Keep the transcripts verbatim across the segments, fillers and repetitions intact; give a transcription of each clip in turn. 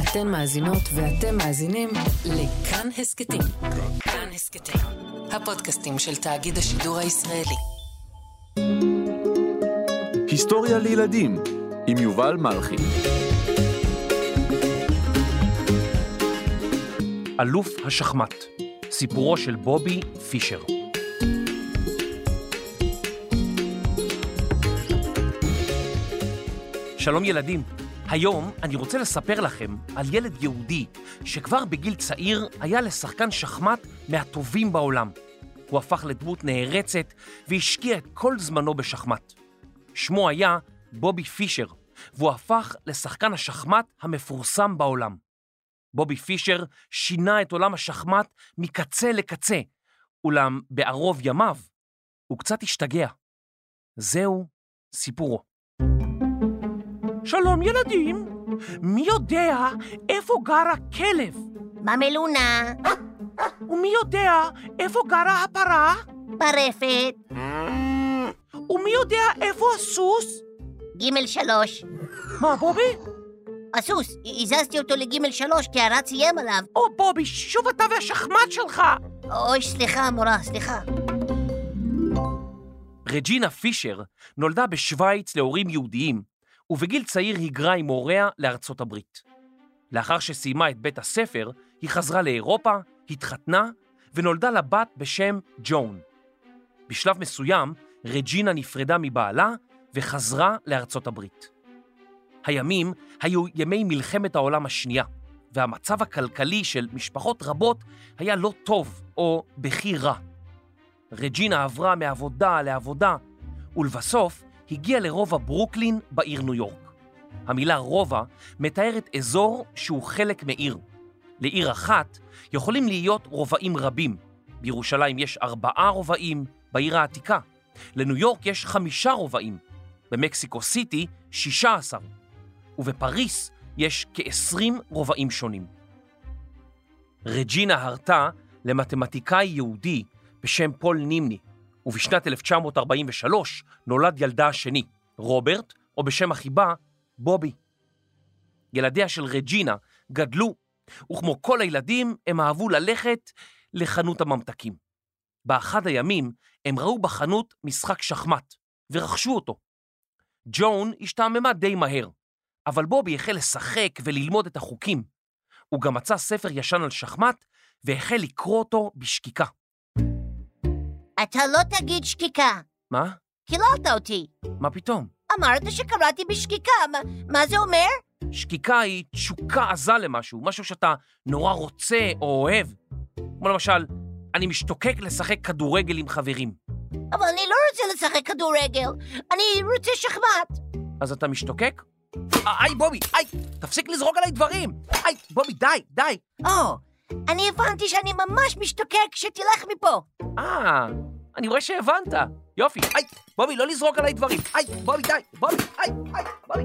אתן מאזינות ואתם מאזינים לכאן הסקטים. כאן הסקטים, הפודקאסטים של תאגיד השידור הישראלי. היסטוריה לילדים עם יובל מלכי. אלוף השחמט, סיפורו של בובי פישר. שלום ילדים, היום אני רוצה לספר לכם על ילד יהודי שכבר בגיל צעיר היה לשחקן שחמט מהטובים בעולם. הוא הפך לדמות נערצת והשקיע את כל זמנו בשחמט. שמו היה בובי פישר, והוא הפך לשחקן השחמט המפורסם בעולם. בובי פישר שינה את עולם השחמט מקצה לקצה, אולם בערוב ימיו הוא קצת השתגע. זהו סיפורו. שלום ילדים, מי יודע איפה גר הכלב? במלונה. ומי יודע איפה גרה הפרה? ברפת. ומי יודע איפה הסוס? גימל שלוש. מה בובי? הסוס, הזזתי אותו לגימל שלוש כי הרץ איים עליו. או בובי, שוב אתה והשחמט שלך. אוי, סליחה מורה, סליחה. רג'ינה פישר נולדה בשוויץ להורים יהודיים, ובגיל צעיר היגרה עם הוריה לארצות הברית. לאחר שסיימה את בית הספר, היא חזרה לאירופה, התחתנה, ונולדה לבת בשם ג'ון. בשלב מסוים, רג'ינה נפרדה מבעלה, וחזרה לארצות הברית. הימים היו ימי מלחמת העולם השנייה, והמצב הכלכלי של משפחות רבות היה לא טוב או בכי רע. רג'ינה עברה מעבודה לעבודה, ולבסוף הגיעה לרובע ברוקלין בעיר ניו יורק. המילה רובע מתארת אזור שהוא חלק מעיר. לעיר אחת יכולים להיות רובעים רבים. בירושלים יש ארבעה רובעים, בעיר העתיקה. לניו יורק יש חמישה רובעים. במקסיקו סיטי שישה עשר. ובפריס יש כעשרים רובעים שונים. רג'ינה הרתה למתמטיקאי יהודי בשם פול נימני, ובשנת אלף תשע מאות ארבעים ושלוש נולד ילדה השני, רוברט, או בשם החיבה, בובי. ילדיה של רג'ינה גדלו, וכמו כל הילדים הם אהבו ללכת לחנות הממתקים. באחד הימים הם ראו בחנות משחק שחמט, ורכשו אותו. ג'ון השתעממה די מהר, אבל בובי החל לשחק וללמוד את החוקים. הוא גם מצא ספר ישן על שחמט, והחל לקרוא אותו בשקיקה. אתה לא תגיד שקיקה. מה? קיללת אותי. מה פתאום? אמרת שקראתי בשקיקה, מה, מה זה אומר? שקיקה היא תשוקה עזה למשהו, משהו שאתה נורא רוצה או אוהב. כמו למשל, אני משתוקק לשחק כדורגל עם חברים. אבל אני לא רוצה לשחק כדורגל, אני רוצה שחמט. אז אתה משתוקק? איי בובי, איי, תפסיק לזרוק עליי דברים. איי, בובי, די, די. או, אני הבנתי שאני ממש משתוקק שתלך מפה. אה, אני רואה שהבנת. יופי, איי, בובי, לא לזרוק עליי דברים. איי, בובי, די, בובי, איי, איי, בובי.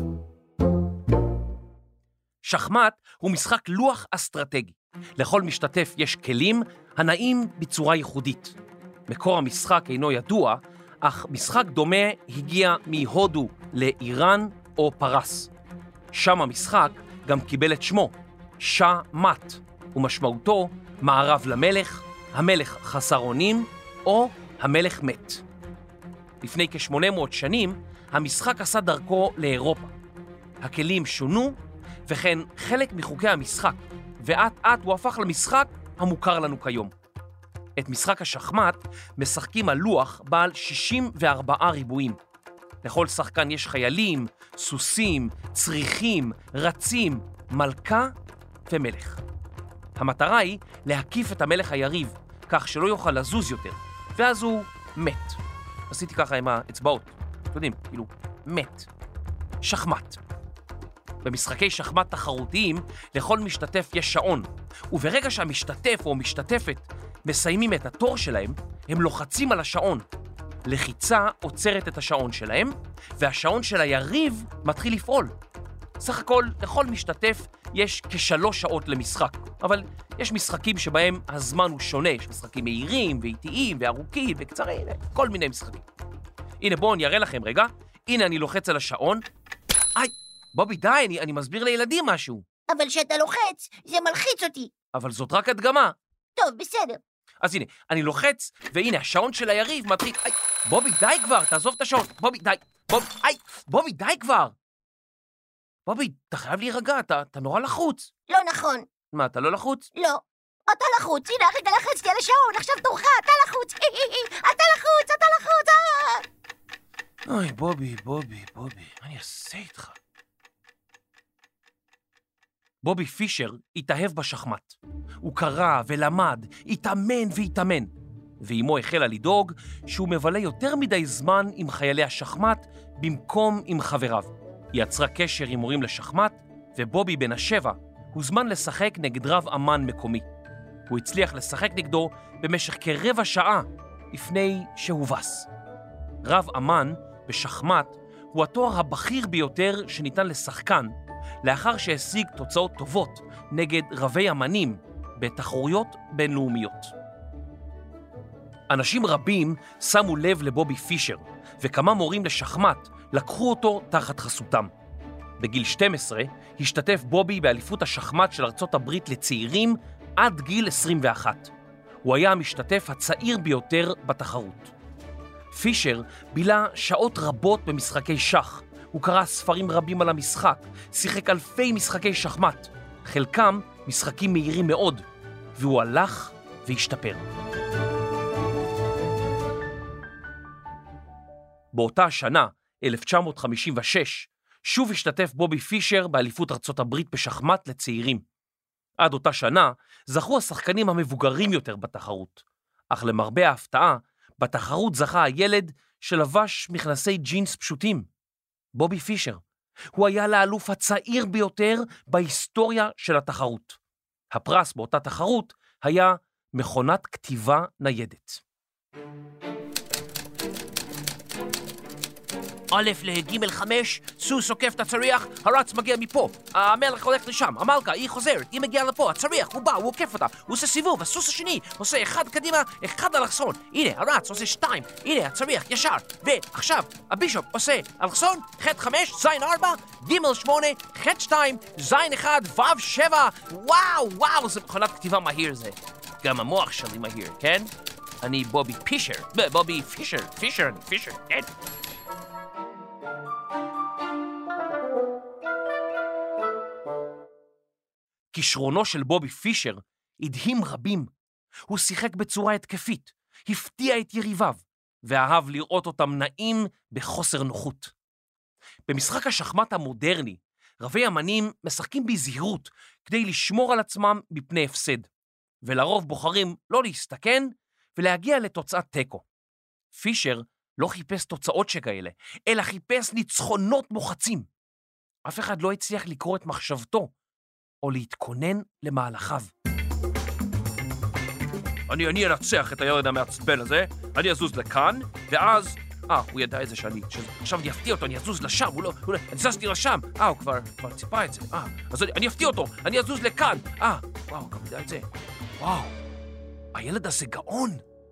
שחמט הוא משחק לוח אסטרטגי. לכל משתתף יש כלים הנעים בצורה ייחודית. מקור המשחק אינו ידוע, אך משחק דומה הגיע מהודו לאיראן או פרס. שם המשחק גם קיבל את שמו, שחמט, ומשמעותו מערב למלך, המלך חסר אונים, או המלך מת. לפני כ-שמונה מאות שנים, המשחק עשה דרכו לאירופה. הכלים שונו, וכן חלק מחוקי המשחק, ועת עת הוא הפך למשחק המוכר לנו כיום. את משחק השחמט משחקים על לוח בעל שישים וארבעה ריבועים. לכל שחקן יש חיילים, סוסים, צריכים, רצים, מלכה ומלך. המטרה היא להקיף את המלך היריב, כך שלא יוכל לזוז יותר, ואז הוא מת. עשיתי ככה עם האצבעות, אתם יודעים, כאילו, מת. שחמט. במשחקי שחמט תחרותיים, לכל משתתף יש שעון, וברגע שהמשתתף או המשתתפת מסיימים את התור שלהם, הם לוחצים על השעון. לחיצה עוצרת את השעון שלהם, והשעון של היריב מתחיל לפעול. סך הכל, לכל משתתף יש כשלוש שעות למשחק, אבל יש משחקים שבהם הזמן הוא שונה, יש משחקים מהירים ואיטיים וארוכים וקצרים, כל מיני משחקים. הנה בואו אני אראה לכם רגע, הנה אני לוחץ על השעון. איי, בובי די, אני, אני מסביר לילדים משהו. אבל כשאתה לוחץ, זה מלחיץ אותי. אבל זאת רק הדגמה. טוב, בסדר. אז הנה, אני לוחץ, והנה, השעון של היריב מתחיל... איי, בובי, די כבר, תעזוב את השעון. בובי, די. בובי, איי, בובי, די כבר. בובי, אתה חייב להירגע, אתה, אתה נורא לחוץ. לא נכון. מה, אתה לא לחוץ? לא. אתה לחוץ. הנה, הרגע לחצתי על השעון, עכשיו תורך, אתה לחוץ. אתה לחוץ, אתה לחוץ. אוי, בובי, בובי, בובי, מה אני אעשה איתך? בובי פישר התאהב בשחמט. הוא קרא ולמד, התאמן והתאמן. ואימו החלה לדאוג שהוא מבלה יותר מדי זמן עם חיילי השחמט במקום עם חבריו. היא יצרה קשר עם מורים לשחמט, ובובי בן השבע הוזמן לשחק נגד רב אמן מקומי. הוא הצליח לשחק נגדו במשך כרבע שעה לפני שהובס. רב אמן בשחמט הוא התואר הבכיר ביותר שניתן לשחקן, לאחר שהשיג תוצאות טובות נגד רבי אמנים בתחרויות בינלאומיות. אנשים רבים שמו לב לבובי פישר, וכמה מורים לשחמט לקחו אותו תחת חסותם. בגיל שתים עשרה השתתף בובי באליפות השחמט של ארצות הברית לצעירים עד גיל עשרים ואחת. הוא היה המשתתף הצעיר ביותר בתחרות. פישר בילה שעות רבות במשחקי שח. הוא קרא ספרים רבים על המשחק, שיחק אלפי משחקי שחמט, חלקם משחקים מהירים מאוד, והוא הלך והשתפר. באותה השנה, אלף תשע מאות חמישים ושש, שוב השתתף בובי פישר באליפות ארצות הברית בשחמט לצעירים. עד אותה שנה זכו השחקנים המבוגרים יותר בתחרות, אך למרבה ההפתעה, בתחרות זכה הילד שלבש מכנסי ג'ינס פשוטים, בובי פישר. הוא היה לאלוף הצעיר ביותר בהיסטוריה של התחרות. הפרס באותה תחרות היה מכונת כתיבה ניידת. א' לג' חמש, סוס עוקף את הצריח, הרץ מגיע מפה, המלך הולך לשם, המלכה, היא חוזרת, היא מגיעה לפה, הצריח, הוא בא, הוא עוקף אותה, הוא עושה סיבוב, הסוס השני עושה אחד קדימה, אחד אלכסון, הנה, הרץ עושה שתיים, הנה, הצריח ישר, ועכשיו, הבישופ עושה אלכסון, ח' חמש, זין ארבע, ג' שמונה, ח' שתיים, זין אחד, ו' שבע, וואו, וואו, זה מכונת כתיבה מהיר זה. גם המוח שלי מהיר, כן? אני בובי פישר, בובי פישר, פישר, אני פישר, כן? כישרונו של בובי פישר הדהים רבים. הוא שיחק בצורה התקפית, הפתיע את יריביו, ואהב לראות אותם נעים בחוסר נוחות. במשחק השחמט המודרני, רבי אמנים משחקים בזהירות כדי לשמור על עצמם מפני הפסד, ולרוב בוחרים לא להסתכן ולהגיע לתוצאת טקו. פישר לא חיפש תוצאות שכאלה, אלא חיפש ניצחונות מוחצים. אף אחד לא הצליח לקרוא את מחשבתו, או להתכונן למהלכיו. אני, אני אנצח את הילד המעצבן הזה, אני אזוז לכאן, ואז... אה, הוא ידע איזה שאני... עכשיו אני אפתיע אותו, אני אזוז לשם, הוא לא... הוא לא אני זזתי לשם, אה, הוא כבר, כבר ציפה את זה, אה, אז אני, אני אפתיע אותו, אני אזוז לכאן, אה, וואו, גם ידע את זה, וואו, הילד הזה גאון.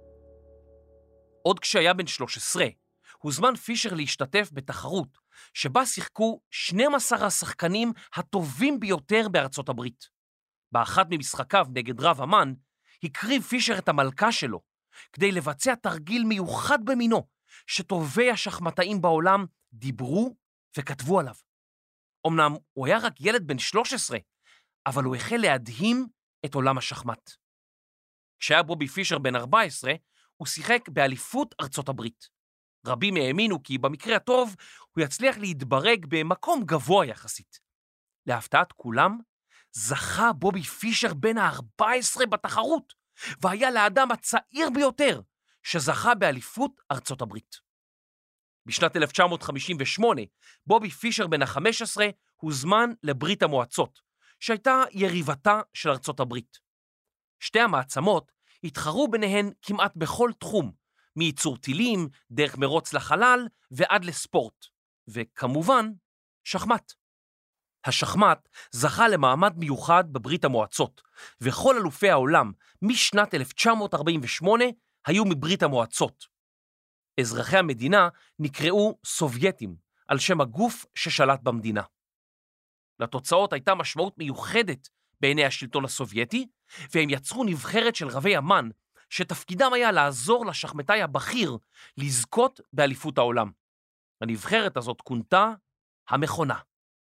עוד כשהיה בן שלוש עשרה, הוזמן פישר להשתתף בתחרות, שבה שיחקו שנים עשר השחקנים הטובים ביותר בארצות הברית. באחת ממשחקיו נגד רב אמן, הקריב פישר את המלכה שלו, כדי לבצע תרגיל מיוחד במינו, שטובי השחמטאים בעולם דיברו וכתבו עליו. אמנם הוא היה רק ילד בן שלוש עשרה, אבל הוא החל להדהים את עולם השחמט. כשהיה בובי פישר בן ארבע עשרה, הוא שיחק באליפות ארצות הברית. רבים האמינו כי במקרה הטוב הוא יצליח להתברג במקום גבוה יחסית. להפתעת כולם, זכה בובי פישר בן ה-ארבע עשרה בתחרות, והיה לאדם הצעיר ביותר שזכה באליפות ארצות הברית. בשנת אלף תשע מאות חמישים ושמונה, בובי פישר בן ה-חמש עשרה הוזמן לברית המועצות, שהייתה יריבתה של ארצות הברית. שתי המעצמות התחרו ביניהן כמעט בכל תחום, מייצור טילים, דרך מרוץ לחלל ועד לספורט, וכמובן, שחמט. השחמט זכה למעמד מיוחד בברית המועצות, וכל אלופי העולם משנת אלף תשע מאות ארבעים ושמונה היו מברית המועצות. אזרחי המדינה נקראו סובייטים, על שם הגוף ששלט במדינה. לתוצאות הייתה משמעות מיוחדת בעיני השלטון הסובייטי, והם יצרו נבחרת של רבי אמן, שתפקידם היה לעזור לשחמטאי הבכיר לזכות באליפות העולם. הנבחרת הזאת כונתה המכונה.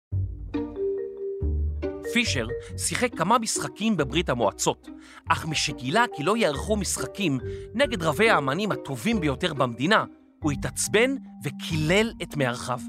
פישר שיחק כמה משחקים בברית המועצות, אך משגילה כי לא יערכו משחקים נגד רבי האמנים הטובים ביותר במדינה, הוא התעצבן וקילל את מארחיו.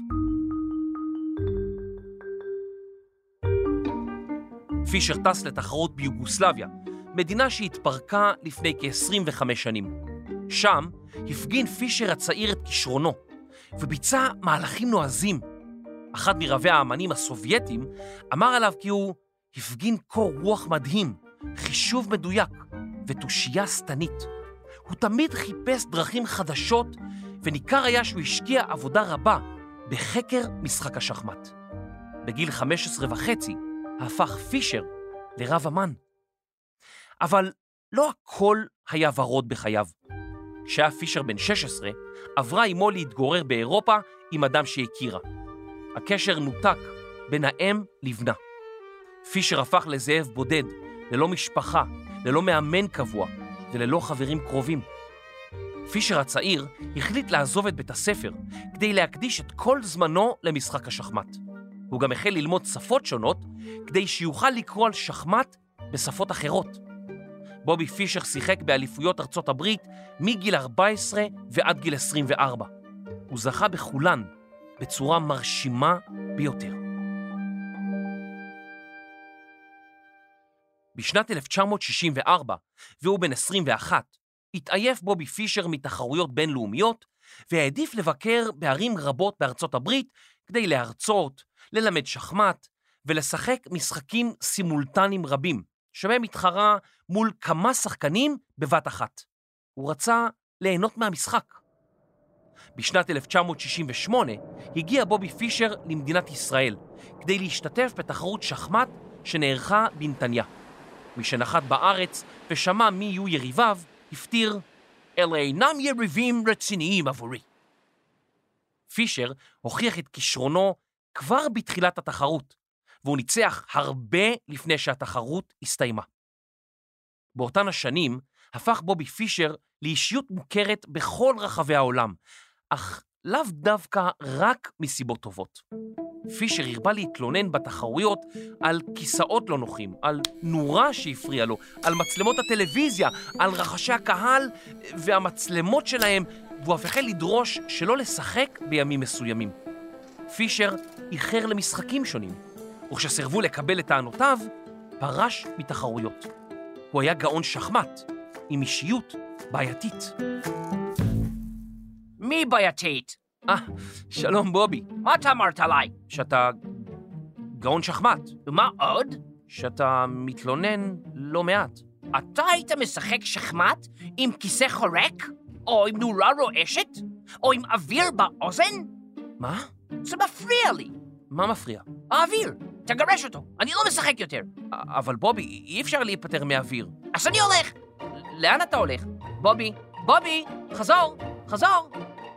פישר טס לתחרות ביוגוסלביה, מדינה שהתפרקה לפני כ-עשרים וחמש שנים. שם הפגין פישר הצעיר את כישרונו, וביצע מהלכים נועזים. אחד מרבי האמנים הסובייטים אמר עליו כי הוא הפגין קור רוח מדהים, חישוב מדויק ותושייה סתנית. הוא תמיד חיפש דרכים חדשות, וניכר היה שהוא השקיע עבודה רבה בחקר משחק השחמט. בגיל חמש עשרה וחצי הפך פישר לרב אמן. אבל לא הכל היה ורוד בחייו. כשהיה פישר בן שש עשרה, עברה אמו להתגורר באירופה עם אדם שהכירה. הקשר נותק בין האם לבנה. פישר הפך לזאב בודד, ללא משפחה, ללא מאמן קבוע וללא חברים קרובים. פישר הצעיר החליט לעזוב את בית הספר כדי להקדיש את כל זמנו למשחק השחמט. הוא גם החל ללמוד שפות שונות כדי שיוכל לקרוא על שחמט בשפות אחרות. בובי פישר שיחק באליפויות ארצות הברית מגיל ארבע עשרה ועד גיל עשרים וארבע. הוא זכה בכולן בצורה מרשימה ביותר. בשנת אלף תשע מאות שישים וארבע, והוא בן עשרים ואחת, התעייף בובי פישר מתחרויות בינלאומיות, והעדיף לבקר בערים רבות בארצות הברית כדי להרצות, ללמד שחמט ולשחק משחקים סימולטניים רבים, שבהם התחרה מול כמה שחקנים בבת אחת. הוא רצה ליהנות מהמשחק. בשנת אלף תשע מאות שישים ושמונה הגיע בובי פישר למדינת ישראל כדי להשתתף בתחרות שחמט שנערכה בנתניה. מי שנחת בארץ ושמע מי יהיו יריביו, הפתיר, אלה אינם יריבים רציניים עבורי. פישר הוכיח את כישרונו כבר בתחילת התחרות, והוא ניצח הרבה לפני שהתחרות הסתיימה. באותן השנים הפך בובי פישר לאישיות מוכרת בכל רחבי העולם, אך לאו דווקא רק מסיבות טובות. פישר הרבה להתלונן בתחרויות על כיסאות לא נוחים, על נורה שהפריע לו, על מצלמות הטלוויזיה, על רחשי הקהל והמצלמות שלהם, והוא אף החל לדרוש שלא לשחק בימים מסוימים. פישר איחר למשחקים שונים, וכשסרבו לקבל את טענותיו, פרש מתחרויות. הוא היה גאון שחמט, עם אישיות בעייתית. מי בעייתית? אה, שלום בובי. מה אתה אמרת עליי? שאתה גאון שחמט. ומה עוד? שאתה מתלונן לא מעט. אתה היית משחק שחמט עם כיסא חורק? או עם נורה רועשת? או עם אוויר באוזן? מה? זה מפריע לי. מה מפריע? האוויר, תגרש אותו, אני לא משחק יותר. אבל בובי, אי אפשר להיפטר מאוויר. אז אני הולך. לאן אתה הולך? בובי, בובי, חזור, חזור.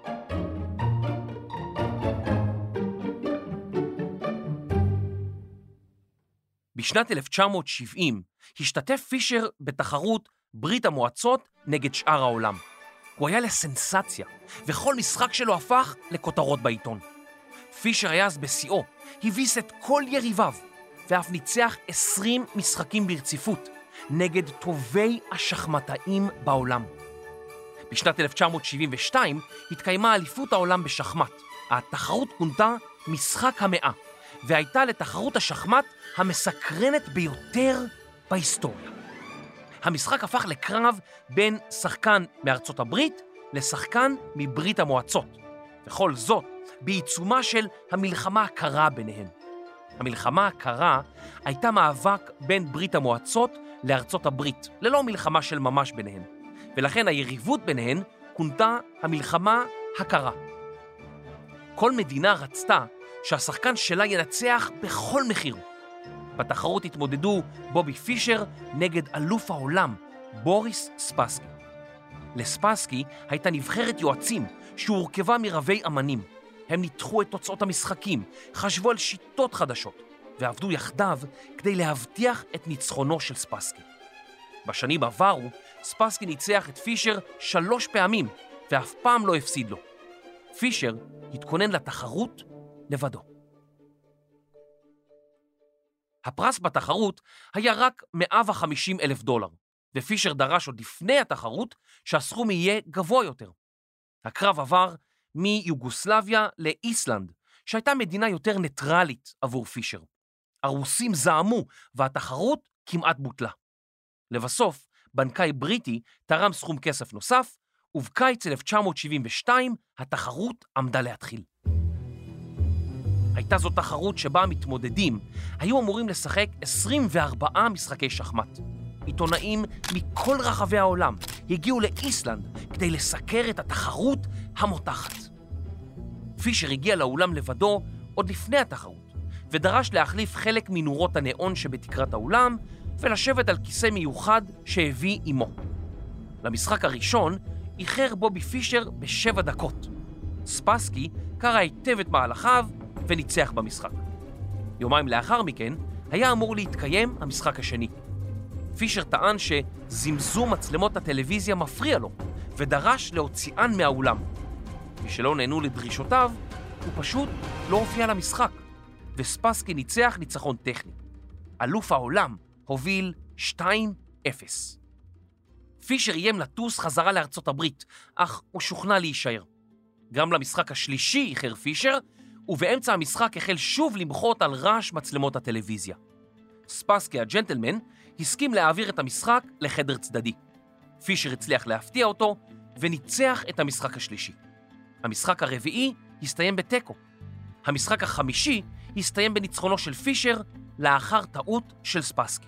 בשנת אלף תשע מאות שבעים השתתף פישר בתחרות ברית המועצות נגד שאר העולם. הוא היה לסנסציה, וכל משחק שלו הפך לכותרות בעיתון. פישר היה אז בשיאו, הביס את כל יריביו, ואף ניצח עשרים משחקים ברציפות נגד טובי השחמטאים בעולם. בשנת אלף תשע מאות שבעים ושתיים התקיימה אליפות העולם בשחמט. התחרות כונתה משחק המאה, והייתה לתחרות השחמט המסקרנת ביותר בהיסטוריה. המשחק הפך לקרב בין שחקן מארצות הברית לשחקן מברית המועצות, וכל זאת בעיצומה של המלחמה הקרה ביניהם. המלחמה הקרה הייתה מאבק בין ברית המועצות לארצות הברית, ללא מלחמה של ממש ביניהן, ולכן היריבות ביניהן כונתה המלחמה הקרה. כל מדינה רצתה שהשחקן שלה ינצח בכל מחיר. בתחרות התמודדו בובי פישר נגד אלוף העולם, בוריס ספסקי. לספסקי הייתה נבחרת יועצים שהורכבה מרבי אמנים. הם ניתחו את תוצאות המשחקים, חשבו על שיטות חדשות, ועבדו יחדיו כדי להבטיח את ניצחונו של ספסקי. בשנים עברו, ספסקי ניצח את פישר שלוש פעמים, ואף פעם לא הפסיד לו. פישר התכונן לתחרות לבדו. הפרס בתחרות היה רק מאה וחמישים אלף דולר, ופישר דרש עוד לפני התחרות שהסכום יהיה גבוה יותר. הקרב עבר מיוגוסלביה לאיסלנד, שהייתה מדינה יותר ניטרלית עבור פישר. הרוסים זעמו והתחרות כמעט בוטלה. לבסוף, בנקאי בריטי תרם סכום כסף נוסף, ובקיץ אלף תשע מאות שבעים ושתיים התחרות עמדה להתחיל. הייתה זו תחרות שבה המתמודדים היו אמורים לשחק עשרים וארבעה משחקי שחמט. עיתונאים מכל רחבי העולם הגיעו לאיסלנד כדי לסקר את התחרות המותחת. פישר הגיע לאולם לבדו עוד לפני התחרות, ודרש להחליף חלק מנורות הנאון שבתקרת האולם, ולשבת על כיסא מיוחד שהביא עמו. למשחק הראשון איחר בובי פישר בשבע דקות. ספסקי קרא היטב את מהלכיו וניצח במשחק. יומיים לאחר מכן היה אמור להתקיים המשחק השני. פישר טען שזמזום מצלמות הטלוויזיה מפריע לו, ודרש להוציאן מהאולם. ושלא נענו לדרישותיו, הוא פשוט לא הופיע למשחק, וספסקי ניצח ניצחון טכני. אלוף העולם הוביל שתיים אפס. פישר איים לטוס חזרה לארצות הברית, אך הוא שוכנע להישאר. גם למשחק השלישי איחר פישר, ובאמצע המשחק החל שוב למחות על רעש מצלמות הטלוויזיה. ספסקי הג'נטלמן הסכים להעביר את המשחק לחדר צדדי. פישר הצליח להפתיע אותו וניצח את המשחק השלישי. המשחק הרביעי הסתיים בתיקו. המשחק החמישי הסתיים בניצחונו של פישר לאחר טעות של ספסקי.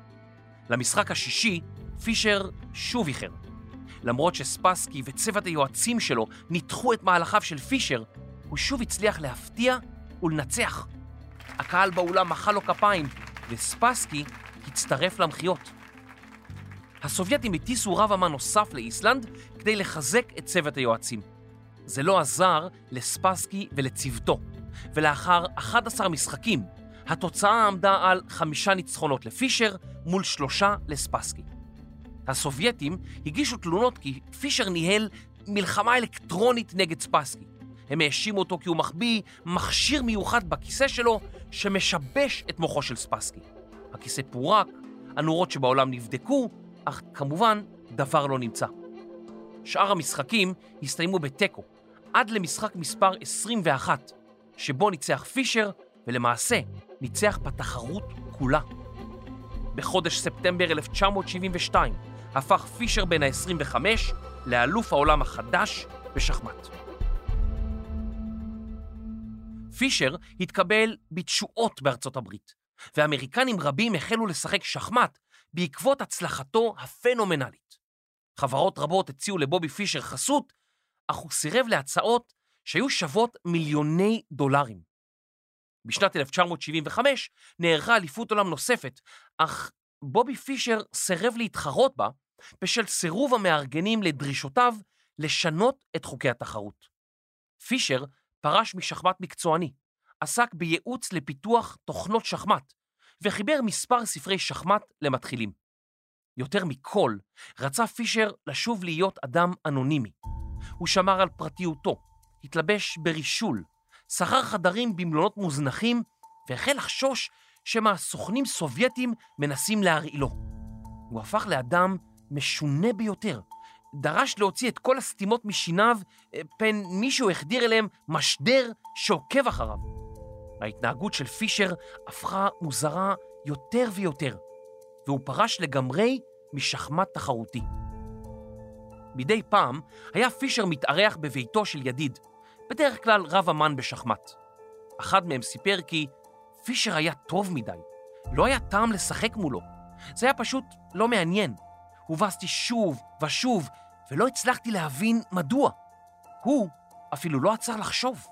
למשחק השישי פישר שוב איחר. למרות שספסקי וצוות היועצים שלו ניתחו את מהלכיו של פישר, הוא שוב הצליח להפתיע ולנצח. הקהל באולם מחא לו כפיים, וספסקי הצטרף למחיות. הסובייטים הטיסו רב אמן נוסף לאיסלנד כדי לחזק את צוות היועצים. זה לא עזר לספסקי ולצוותו, ולאחר אחד עשר משחקים, התוצאה עמדה על חמישה ניצחונות לפישר מול שלושה לספסקי. הסובייטים הגישו תלונות כי פישר ניהל מלחמה אלקטרונית נגד ספסקי. הם האשימו אותו כי הוא מחביא מכשיר מיוחד בכיסא שלו שמשבש את מוחו של ספסקי. הכיסא פורק, הנורות שבעולם נבדקו, אך כמובן דבר לא נמצא. שאר המשחקים הסתיימו בטקו, עד למשחק מספר עשרים ואחת, שבו ניצח פישר ולמעשה ניצח בתחרות כולה. בחודש ספטמבר אלף תשע מאות שבעים ושתיים הפך פישר בן ה-עשרים וחמש לאלוף העולם החדש בשחמט. פישר התקבל בתשואות בארצות הברית, ואמריקנים רבים החלו לשחק שחמט בעקבות הצלחתו הפנומנלית. חברות רבות הציעו לבובי פישר חסות, אך הוא סירב להצעות שהיו שוות מיליוני דולרים. בשנת אלף תשע מאות שבעים וחמש נערכה אליפות עולם נוספת, אך בובי פישר סירב להתחרות בה בשל סירוב המארגנים לדרישותיו לשנות את חוקי התחרות. פישר פרש משחמט מקצועני, עסק בייעוץ לפיתוח תוכנות שחמט, וחיבר מספר ספרי שחמט למתחילים. יותר מכל, רצה פישר לשוב להיות אדם אנונימי. הוא שמר על פרטיותו, התלבש ברישול, שכר חדרים במלונות מוזנחים, והחל לחשוש שמה סוכנים סובייטים מנסים להרעילו. הוא הפך לאדם משונה ביותר, דרש להוציא את כל הסתימות משיניו, פן מישהו החדיר אליהם משדר שעוקב אחריו. ההתנהגות של פישר הפכה מוזרה יותר ויותר, והוא פרש לגמרי משחמט תחרותי. מדי פעם היה פישר מתארח בביתו של ידיד, בדרך כלל רב אמן בשחמט. אחד מהם סיפר כי פישר היה טוב מדי, לא היה טעם לשחק מולו, זה היה פשוט לא מעניין. הובסתי שוב ושוב, ולא הצלחתי להבין מדוע. הוא אפילו לא עצר לחשוב.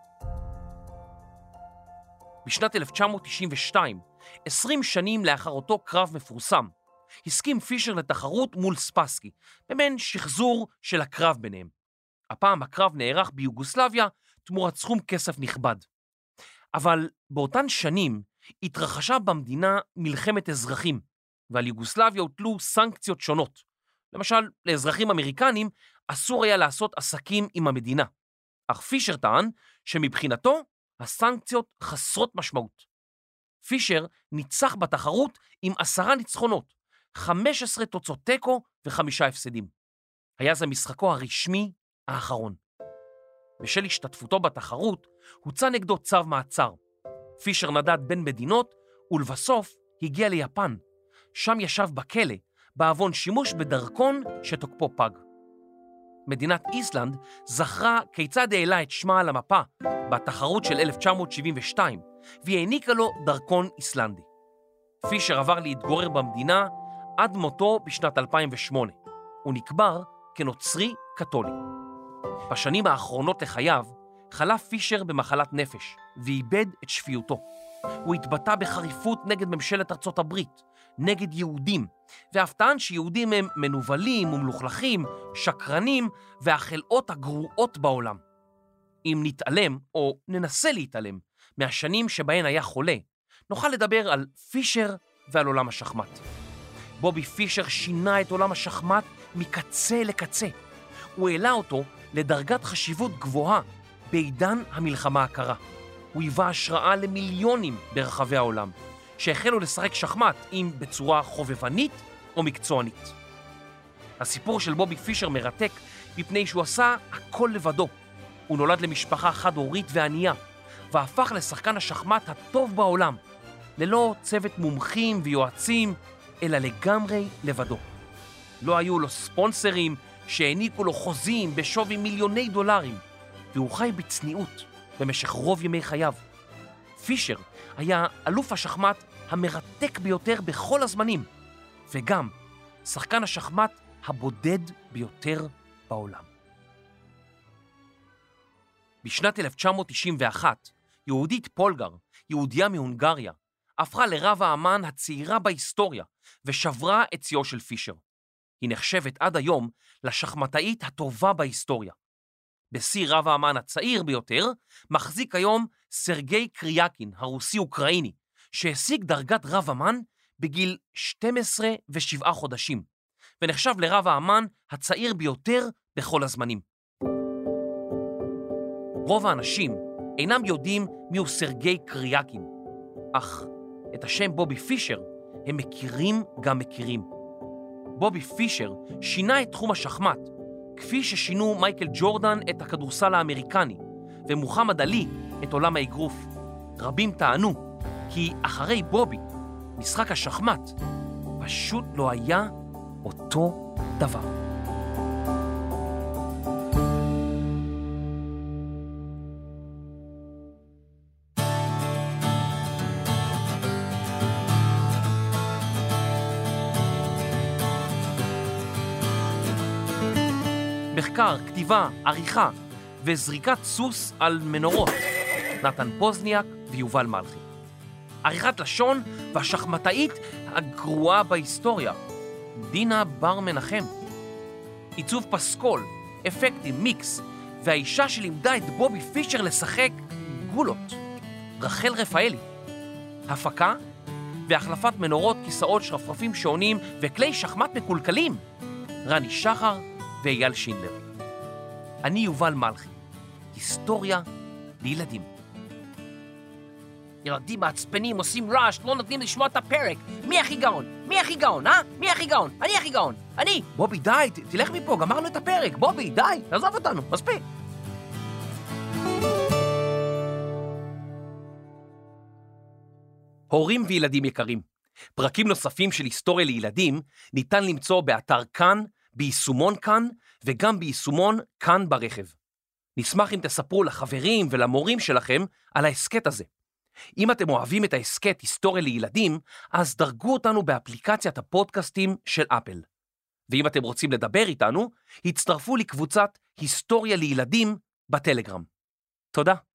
בשנת אלף תשע מאות תשעים ושתיים, עשרים שנים לאחר אותו קרב מפורסם, הסכים פישר לתחרות מול ספסקי, במעין שחזור של הקרב ביניהם. הפעם הקרב נערך ביוגוסלביה תמורת סכום כסף נכבד. אבל באותן שנים התרחשה במדינה מלחמת אזרחים, ועל יוגוסלביה הוטלו סנקציות שונות. למשל, לאזרחים אמריקנים אסור היה לעשות עסקים עם המדינה. אך פישר טען שמבחינתו הסנקציות חסרות משמעות. פישר ניצח בתחרות עם עשרה ניצחונות, חמש עשרה תוצאות תיקו וחמישה הפסדים. היה זה משחקו הרשמי האחרון. בשל השתתפותו בתחרות הוצא נגדו צו מעצר. פישר נדד בין מדינות ולבסוף הגיע ליפן. שם ישב בכלא בעוון שימוש בדרכון שתוקפו פג. מדינת איסלנד זכרה כיצד העלה את שמה על המפה בתחרות של אלף תשע מאות שבעים ושתיים, והיא העניקה לו דרכון איסלנדי. פישר עבר להתגורר במדינה עד מותו בשנת אלפיים ושמונה. הוא נקבר כנוצרי קתולי. בשנים האחרונות לחייו חלה פישר במחלת נפש ואיבד את שפיותו. הוא התבטא בחריפות נגד ממשלת ארצות הברית, נגד יהודים, ואף טען שיהודים הם מנובלים ומלוכלכים, שקרנים והחלאות הגרועות בעולם. אם נתעלם או ננסה להתעלם מהשנים שבהן היה חולה, נוכל לדבר על פישר ועל עולם השחמט. בובי פישר שינה את עולם השחמט מקצה לקצה. הוא העלה אותו לדרגת חשיבות גבוהה בעידן המלחמה הקרה. הוא היווה השראה למיליונים ברחבי העולם, שהחלו לשחק שחמט אם בצורה חובבנית או מקצוענית. הסיפור של בובי פישר מרתק מפני שהוא עשה הכל לבדו. הוא נולד למשפחה חד-הורית וענייה, והפך לשחקן השחמט הטוב בעולם, ללא צוות מומחים ויועצים, אלא לגמרי לבדו. לא היו לו ספונסרים שהעניקו לו חוזים בשווי מיליוני דולרים, והוא חי בצניעות במשך רוב ימי חייו. פישר היה אלוף השחמט המרתק ביותר בכל הזמנים, וגם שחקן השחמט הבודד ביותר בעולם. בשנת אלף תשע מאות תשעים ואחת, יהודית פולגר, יהודיה מהונגריה, הפכה לרב האמן הצעירה בהיסטוריה, ושברה את שיאו של פישר. היא נחשבת עד היום לשחמטאית הטובה בהיסטוריה. בשיא רב האמן הצעיר ביותר, מחזיק היום סרגי קריאקין, הרוסי-אוקראיני, שהשיג דרגת רב אמן בגיל שתים עשרה ושבעה חודשים, ונחשב לרב האמן הצעיר ביותר בכל הזמנים. רוב האנשים אינם יודעים מיהו סרגי קריאקין, אך את השם בובי פישר הם מכירים גם מכירים. בובי פישר שינה את תחום השחמט, כפי ששינו מייקל ג'ורדן את הכדורסל האמריקני, ומוחמד עלי את עולם האגרוף. רבים טענו כי אחרי בובי, משחק השחמט פשוט לא היה אותו דבר. מחקר, כתיבה, עריכה וזריקת סוס על מנורות, נתן פוזניאק ויובל מלכי. עריכת לשון והשחמטאית הגרועה בהיסטוריה, דינה בר מנחם. עיצוב פסקול, אפקטים, מיקס, והאישה שלימדה את בובי פישר לשחק גולות, רחל רפאלי. הפקה והחלפת מנורות, כיסאות, שרפרפים שעונים וכלי שחמט מקולקלים, רני שחר ואייל שינדלר. אני יובל מלכי, היסטוריה לילדים. ילדים מעצבנים, עושים רעש, לא נותנים לשמוע את הפרק. מי הכי גאון? מי הכי גאון, אה? מי הכי גאון? אני הכי גאון. אני! בובי, די, ת- תלך מפה, גמרנו את הפרק. בובי, די, עזוב אותנו, מספיק. הורים וילדים יקרים, פרקים נוספים של היסטוריה לילדים ניתן למצוא באתר כאן, ביישומון כאן, וגם ביישומון כאן ברכב. נשמח אם תספרו לחברים ולמורים שלכם על העסקט הזה. אם אתם אוהבים את העסקט היסטוריה לילדים, אז דרגו אותנו באפליקציית הפודקאסטים של אפל. ואם אתם רוצים לדבר איתנו, הצטרפו לקבוצת היסטוריה לילדים בטלגרם. תודה.